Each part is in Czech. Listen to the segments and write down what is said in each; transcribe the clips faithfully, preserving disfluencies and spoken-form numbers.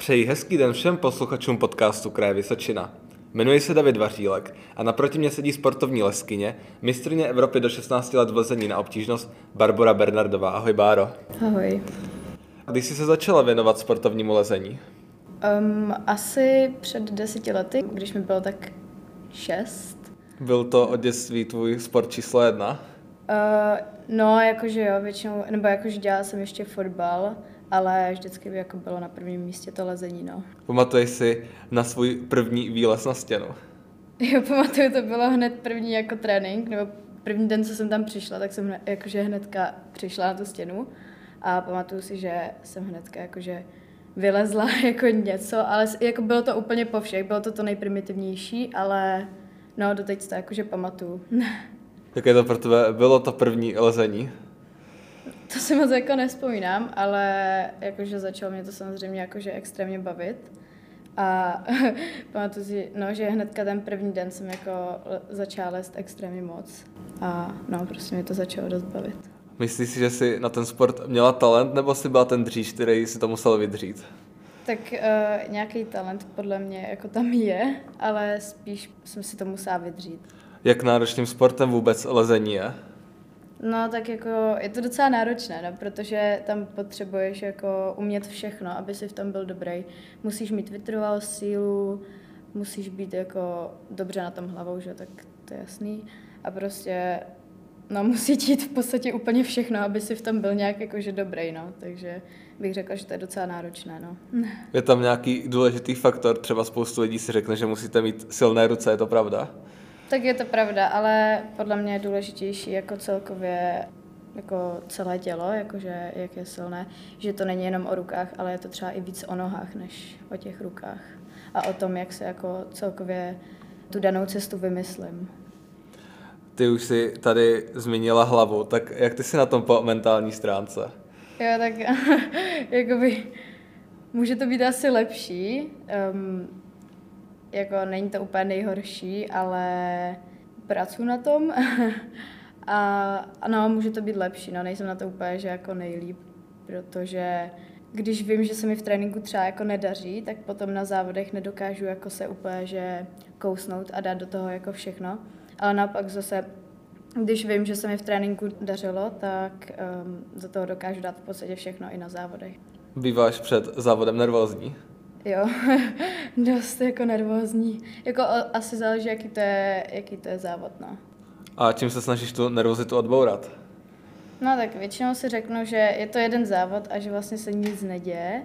Přeji hezký den všem posluchačům podcastu Kraje Vysočina. Jmenuji se David Vařílek a naproti mě sedí sportovní leskyně, mistryně Evropy do šestnácti let v lezení na obtížnost Barbora Bernardová. Ahoj Báro. Ahoj. Kdy jsi se začala věnovat sportovnímu lezení? Um, asi před deseti lety, když mi bylo tak šest. Byl to od dětství tvůj sport číslo jedna? Uh, no, jakože jo, většinou, nebo jakože dělala jsem ještě fotbal, ale vždycky by jako bylo na prvním místě to lezení, no. Pamatuješ si na svůj první výlez na stěnu? Jo, pamatuju, to bylo hned první jako trénink, nebo první den, co jsem tam přišla, tak jsem hned, jakože hnedka přišla na tu stěnu a pamatuju si, že jsem hnedka jakože vylezla jako něco, ale jako bylo to úplně po všech, bylo to to nejprimitivnější, ale no, doteď to jakože pamatuju. Jaké to pro tebe bylo to první lezení? To si moc jako nespomínám, ale jakože začalo mě to samozřejmě jakože extrémně bavit. A pamatuju si, no, že hnedka ten první den jsem jako začala lézt extrémně moc. A no, prostě mě to začalo dost bavit. Myslíš si, že jsi na ten sport měla talent, nebo jsi byla ten dříž, který si to musel vydřít? Tak uh, nějaký talent podle mě jako tam je, ale spíš jsem si to musela vydřít. Jak náročným sportem vůbec lezení je? No tak jako je to docela náročné, no, protože tam potřebuješ jako umět všechno, aby si v tom byl dobrý. Musíš mít vytrvalost, sílu, musíš být jako dobře na tom hlavou, že tak to je jasný. A prostě no musí jít v podstatě úplně všechno, aby si v tom byl nějak jakože dobrý, no. Takže bych řekla, že to je docela náročné, no. Je tam nějaký důležitý faktor, třeba spoustu lidí si řekne, že musíte mít silné ruce, je to pravda? Tak je to pravda, ale podle mě je důležitější jako celkově jako celé tělo, jakože jak je silné, že to není jenom o rukách, ale je to třeba i víc o nohách, než o těch rukách. A o tom, jak se jako celkově tu danou cestu vymyslím. Ty už si tady zmínila hlavu, tak jak ty jsi na tom po mentální stránce? Jo, tak jakoby může to být asi lepší. Um, Jako není to úplně nejhorší, ale pracuji na tom a ano, může to být lepší, no nejsem na to úplně, že jako nejlíp, protože když vím, že se mi v tréninku třeba jako nedaří, tak potom na závodech nedokážu jako se úplně, že kousnout a dát do toho jako všechno, ale naopak zase, když vím, že se mi v tréninku dařilo, tak um, do toho dokážu dát v podstatě všechno i na závodech. Býváš před závodem nervózní? Jo, dost jako nervózní. Jako o, asi záleží, jaký to je, jaký to je závod, no. A čím se snažíš tu nervozitu odbourat? No tak většinou si řeknu, že je to jeden závod a že vlastně se nic neděje.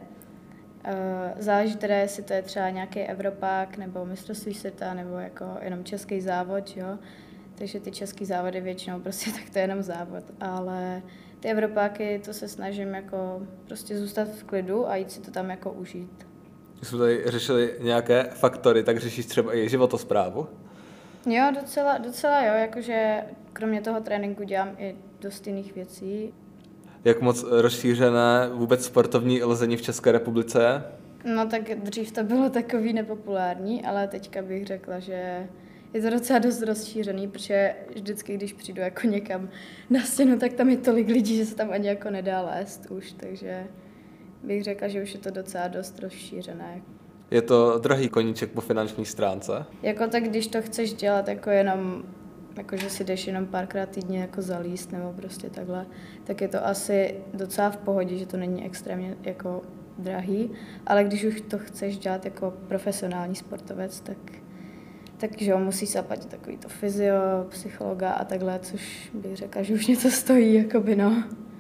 Záleží teda, jestli to je třeba nějaký Evropák nebo mistrovství světa nebo jako jenom český závod, jo. Takže ty český závody většinou prostě tak to je jenom závod, ale ty Evropáky to se snažím jako prostě zůstat v klidu a jít si to tam jako užít. Když jsme tady řešili nějaké faktory, tak řešíš třeba i životosprávu? Jo, docela, docela jo, jakože kromě toho tréninku dělám i dost jiných věcí. Jak moc rozšířené vůbec sportovní lezení v České republice je? No tak dřív to bylo takový nepopulární, ale teďka bych řekla, že je to docela dost rozšířený, protože vždycky, když přijdu jako někam na stěnu, tak tam je tolik lidí, že se tam ani jako nedá lézt už, takže bych řekla, že už je to docela dost rozšířené. Je to drahý koníček po finanční stránce? Jako tak, když to chceš dělat jako jenom, jako že si jdeš jenom párkrát týdně jako zalíst nebo prostě takhle, tak je to asi docela v pohodě, že to není extrémně jako drahý, ale když už to chceš dělat jako profesionální sportovec, tak takže jo, musíš zaplatit takový to fyzio, psychologa a takhle, což bych řekla, že už něco stojí, jakoby no.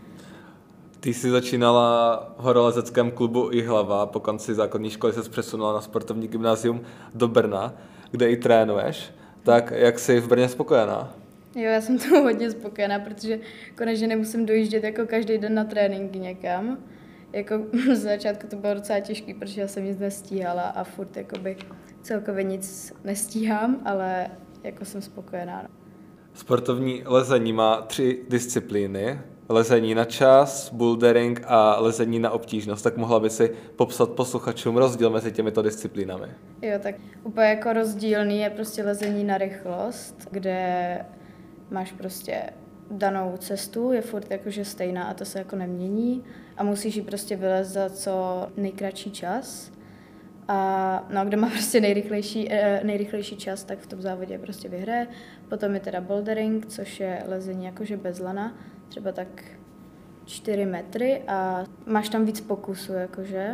Ty jsi začínala v horolezeckém klubu Jihlava, po konci základní školy se přesunula na sportovní gymnázium do Brna, kde i trénuješ. Tak jak jsi v Brně spokojená? Jo, já jsem tomu hodně spokojená, protože konečně nemusím dojíždět jako každý den na tréninky někam. Jako z začátku to bylo docela těžké, protože já jsem nic nestíhala a furt jakoby celkově nic nestíhám, ale jako jsem spokojená. No. Sportovní lezení má tři disciplíny. Lezení na čas, bouldering a lezení na obtížnost. Tak mohla by si popsat posluchačům rozdíl mezi těmito disciplínami? Jo, tak úplně jako rozdílný je prostě lezení na rychlost, kde máš prostě danou cestu, je furt jakože stejná a to se jako nemění a musíš ji prostě vylez za co nejkratší čas. A no, kdo má prostě nejrychlejší, nejrychlejší čas, tak v tom závodě prostě vyhraje. Potom je teda bouldering, což je lezení jakože bez lana, třeba tak čtyři metry a máš tam víc pokusů, jakože.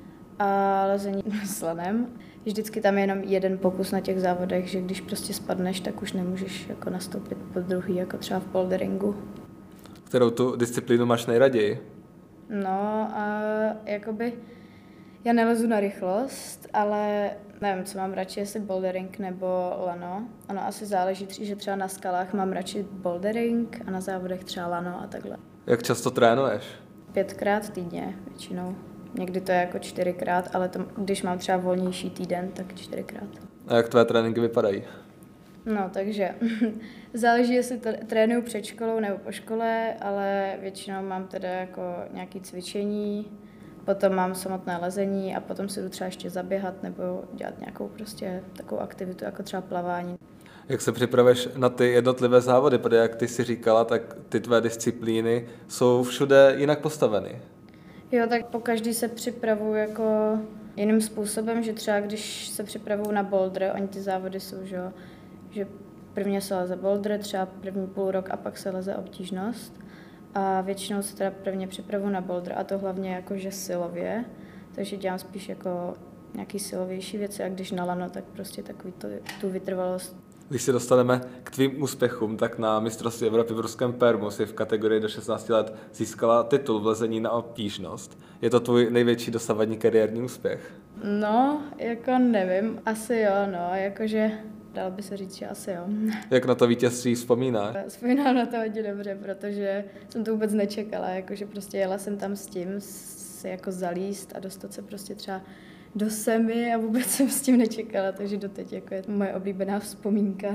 A lezení s lanem. Vždycky tam je jenom jeden pokus na těch závodech, že když prostě spadneš, tak už nemůžeš jako nastoupit po druhý, jako třeba v boulderingu. Kterou tu disciplínu máš nejraději? No a jakoby já nelezu na rychlost, ale nevím, co mám radši, jestli bouldering nebo lano. Ono asi záleží, že třeba na skalách mám radši bouldering a na závodech třeba lano a takhle. Jak často trénuješ? Pětkrát týdně většinou. Někdy to je jako čtyřikrát, ale to, když mám třeba volnější týden, tak čtyřikrát. A jak tvé tréninky vypadají? No, takže záleží, jestli trénuju před školou nebo po škole, ale většinou mám teda jako nějaké cvičení, potom mám samotné lezení a potom si jdu třeba ještě zaběhat nebo dělat nějakou prostě takovou aktivitu, jako třeba plavání. Jak se připravuješ na ty jednotlivé závody, protože jak ty si říkala, tak ty tvé disciplíny jsou všude jinak postaveny. Jo, tak po každý se připravuju jako jiným způsobem, že třeba když se připravuju na boulder, oni ty závody jsou, že jo, že prvně se leze boulder, třeba první půl rok a pak se leze obtížnost. A většinou se teda prvně připravuju na boulder a to hlavně jakože silově, takže dělám spíš jako nějaký silovější věci a když na lano, tak prostě takový to, tu vytrvalost. Když se dostaneme k tvým úspěchům, tak na mistrovství Evropy v ruském Permu si v kategorii do šestnácti let získala titul v lezení na obtížnost. Je to tvůj největší dosavadní kariérní úspěch? No, jako nevím, asi jo, no, jakože dalo by se říct, že asi jo. Jak na to vítězství vzpomínáš? Vzpomínám na to hodně dobře, protože jsem to vůbec nečekala, jakože prostě jela jsem tam s tím, se jako zalíst a dostat se prostě třeba do semi a vůbec jsem s tím nečekala, takže doteď jako je to moje oblíbená vzpomínka.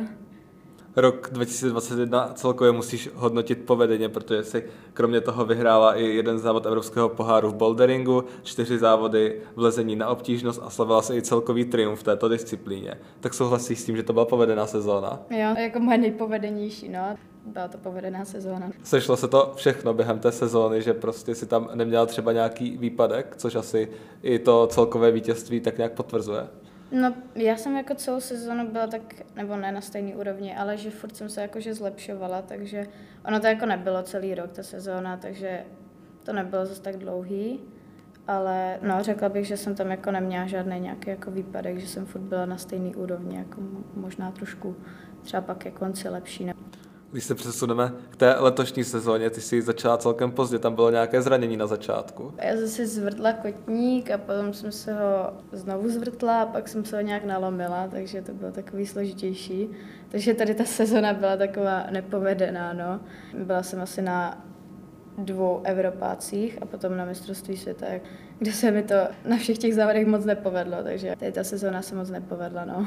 Rok dva tisíce dvacet jedna celkově musíš hodnotit povedeně, protože si kromě toho vyhrála i jeden závod Evropského poháru v boulderingu, čtyři závody v lezení na obtížnost a slavila se i celkový triumf v této disciplíně. Tak souhlasíš s tím, že to byla povedená sezóna? Jo, jako moje nejpovedenější, no. Byla to povedená sezóna. Sešlo se to všechno během té sezóny, že prostě si tam neměla třeba nějaký výpadek, což asi i to celkové vítězství tak nějak potvrzuje? No, já jsem jako celou sezónu byla tak, nebo ne na stejný úrovni, ale že furt jsem se jakože zlepšovala, takže ono to jako nebylo celý rok, ta sezóna, takže to nebylo zase tak dlouhý, ale no, řekla bych, že jsem tam jako neměla žádný nějaký jako výpadek, že jsem furt byla na stejný úrovni, jako možná trošku třeba pak ke konci lepší. Ne? Když se přesuneme k té letošní sezóně, ty jsi začala celkem pozdě, tam bylo nějaké zranění na začátku. Já jsem si zvrtla kotník a potom jsem se ho znovu zvrtla a pak jsem se ho nějak nalomila, takže to bylo takový složitější. Takže tady ta sezona byla taková nepovedená, no. Byla jsem asi na dvou Evropácích a potom na mistrovství světa, kde se mi to na všech těch závodech moc nepovedlo, takže tady ta sezona se moc nepovedla, no.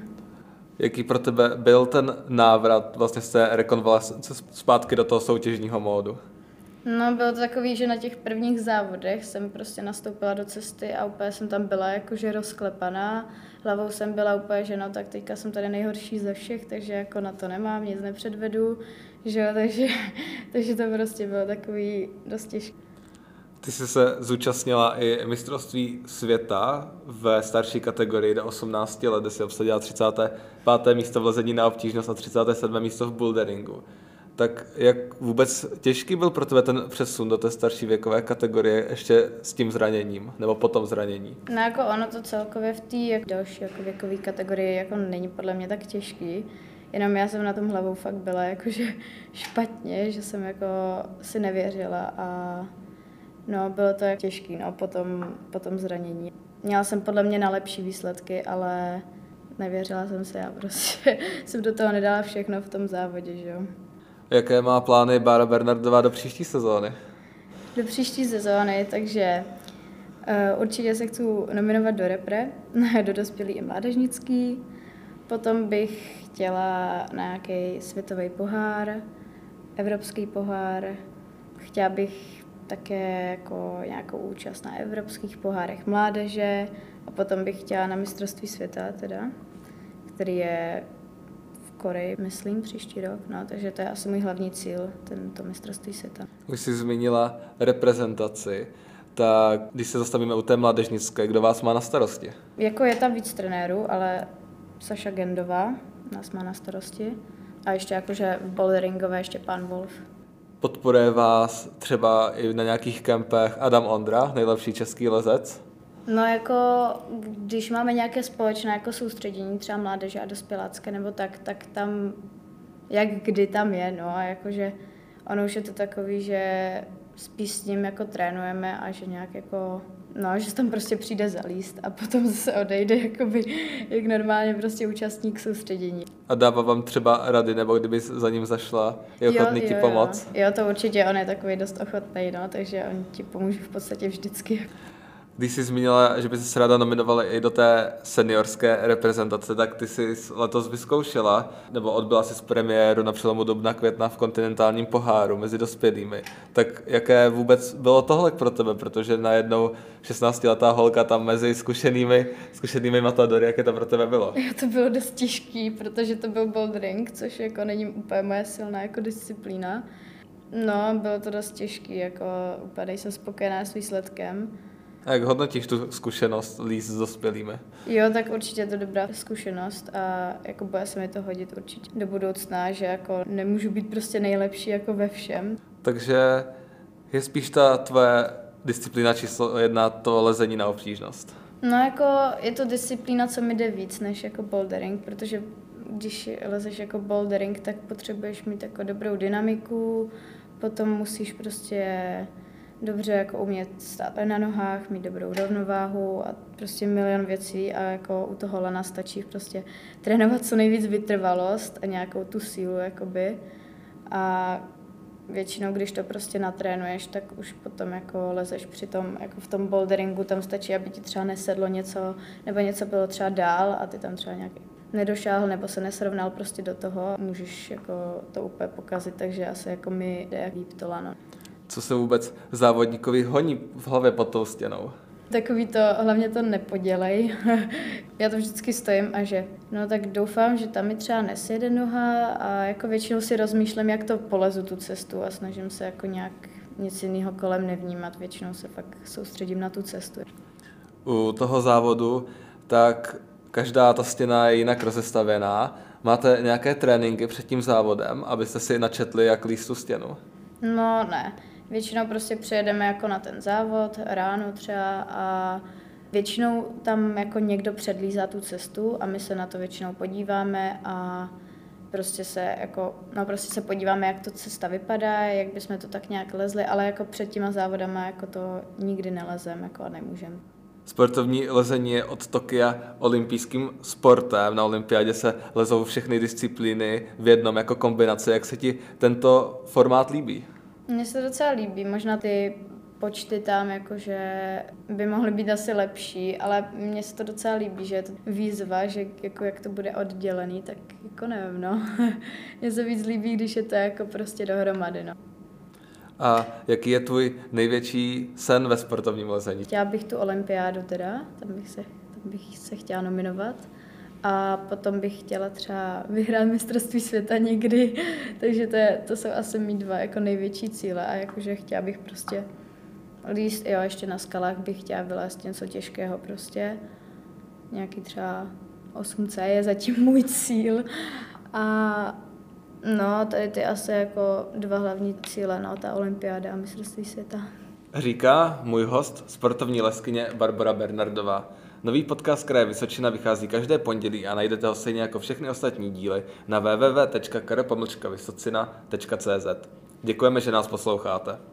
Jaký pro tebe byl ten návrat vlastně z té rekonvalescence zpátky do toho soutěžního módu? No, bylo to takový, že na těch prvních závodech jsem prostě nastoupila do cesty a úplně jsem tam byla jakože rozklepaná. Hlavou jsem byla úplně, že no, tak teďka jsem tady nejhorší ze všech, takže jako na to nemám, nic nepředvedu, že jo, takže, takže to prostě bylo takový dost těžké. Ty jsi se zúčastnila i mistrovství světa ve starší kategorii do osmnácti let, kde jsi obsadila třicáté páté místo v lezení na obtížnost a třicáté sedmé místo v boulderingu. Tak jak vůbec těžký byl pro tebe ten přesun do té starší věkové kategorie ještě s tím zraněním, nebo po tom zranění? No jako ono to celkově v té jak další jako věkové kategorii jako není podle mě tak těžký. Jenom já jsem na tom hlavou fakt byla jakože špatně, že jsem jako si nevěřila a no, bylo to jak těžký, no, potom, potom zranění. Měla jsem podle mě na lepší výsledky, ale nevěřila jsem se, já prostě jsem do toho nedala všechno v tom závodě, že jo. Jaké má plány Bára Bernardová do příští sezóny? Do příští sezóny, takže uh, určitě se chci nominovat do repre, do dospělý i mládežnický. Potom bych chtěla na nějaký světový pohár, evropský pohár. Chtěla bych také jako nějakou účast na evropských pohárech mládeže a potom bych chtěla na mistrovství světa, teda, který je v Koreji, myslím, příští rok. No, takže to je asi můj hlavní cíl, tento mistrovství světa. Už jsi zmínila reprezentaci, Tak když se zastavíme u té mládežnické, kdo vás má na starosti? Jako je tam víc trenérů, ale Saša Gendová nás má na starosti. A ještě jakože v boulderingové ještě pan Wolf. Podporuje vás třeba i na nějakých kempech Adam Ondra, nejlepší český lezec? No jako, když máme nějaké společné jako soustředění, třeba mládeže a dospělácké nebo tak, tak tam, jak kdy tam je, no a jakože ono už je to takový, že spíš s ním jako trénujeme a že nějak jako, no, že tam prostě přijde zalíst a potom zase odejde jakoby, jak normálně prostě účastník soustředění. A dává vám třeba rady, nebo kdyby za ním zašla, je ochotný jo, ti jo, pomoct? Jo. jo, to určitě, on je takový dost ochotný, no, takže on ti pomůže v podstatě vždycky. Když jsi zmínila, že by se ráda nominovala i do té seniorské reprezentace, tak ty jsi letos vyzkoušela, nebo odbyla jsi premiéru na přelomu dubna května v kontinentálním poháru mezi dospělými. Tak jaké vůbec bylo tohle pro tebe, protože najednou šestnáctiletá holka tam mezi zkušenými, zkušenými matadory, jaké to pro tebe bylo? Jo, to bylo dost těžký, protože to byl bouldering, což jako není úplně moje silná jako disciplína. No, bylo to dost těžký, jako úplně nejsem spokojená s výsledkem. A jak hodnotíš tu zkušenost líst s dospělými? Jo, tak určitě je to dobrá zkušenost a jako bude se mi to hodit určitě do budoucna, že jako nemůžu být prostě nejlepší jako ve všem. Takže je spíš ta tvoje disciplína číslo jedna to lezení na obtížnost? No jako je to disciplína, co mi jde víc než jako bouldering, protože když lezeš jako bouldering, tak potřebuješ mít jako dobrou dynamiku, potom musíš prostě dobře jako umět stát na nohách, mít dobrou rovnováhu a prostě milion věcí a jako u toho lana stačí prostě trénovat co nejvíc vytrvalost a nějakou tu sílu jakoby a většinou, když to prostě natrénuješ, tak už potom jako lezeš při tom, jako v tom boulderingu, tam stačí, aby ti třeba nesedlo něco, nebo něco bylo třeba dál a ty tam třeba nějak nedošáhl nebo se nesrovnal prostě do toho, můžeš jako to úplně pokazit, takže asi jako mi jde líp to lano. Co se vůbec závodníkovi honí v hlavě pod tou stěnou? Takový to, hlavně to nepodělej. Já to vždycky stojím a že, no tak doufám, že tam mi třeba nesjede noha a jako většinou si rozmýšlím, jak to polezu tu cestu a snažím se jako nějak nic jiného kolem nevnímat. Většinou se fakt soustředím na tu cestu. U toho závodu, tak každá ta stěna je jinak rozestavěná. Máte nějaké tréninky před tím závodem, abyste si načetli, jak líst tu stěnu? No ne. Většinou prostě přijedeme jako na ten závod ráno třeba a většinou tam jako někdo předlízá tu cestu a my se na to většinou podíváme a prostě se jako, no prostě se podíváme, jak to cesta vypadá, jak bychom to tak nějak lezli, ale jako před těma závodama jako to nikdy nelezem jako a nemůžem. Sportovní lezení je od Tokia olympijským sportem. Na olympiádě se lezou všechny disciplíny v jednom jako kombinace. Jak se ti tento formát líbí? Mně se to docela líbí, možná ty počty tam jakože by mohly být asi lepší, ale mně se to docela líbí, že je to výzva, že jako jak to bude oddělený, tak jako nevím, no. Mně se víc líbí, když je to jako prostě dohromady, no. A jaký je tvůj největší sen ve sportovním lezení? Chtěla bych tu olympiádu teda, tam bych se, tam bych se chtěla nominovat. A potom bych chtěla třeba vyhrát mistrovství světa někdy, takže to, je, to jsou asi mý dva jako největší cíle a jakože chtěla bych prostě líst, jo, ještě na skalách bych chtěla vylézt něco těžkého prostě, nějaký třeba osm cé je zatím můj cíl a no, tady ty asi jako dva hlavní cíle, no, ta olympiáda a mistrovství světa. Říká můj host, sportovní leskyně Barbora Bernardová. Nový podcast Kraje Vysočina vychází každé pondělí a najdete ho stejně jako všechny ostatní díly na w w w tečka k r pomlčka vysocina tečka c z. Děkujeme, že nás posloucháte.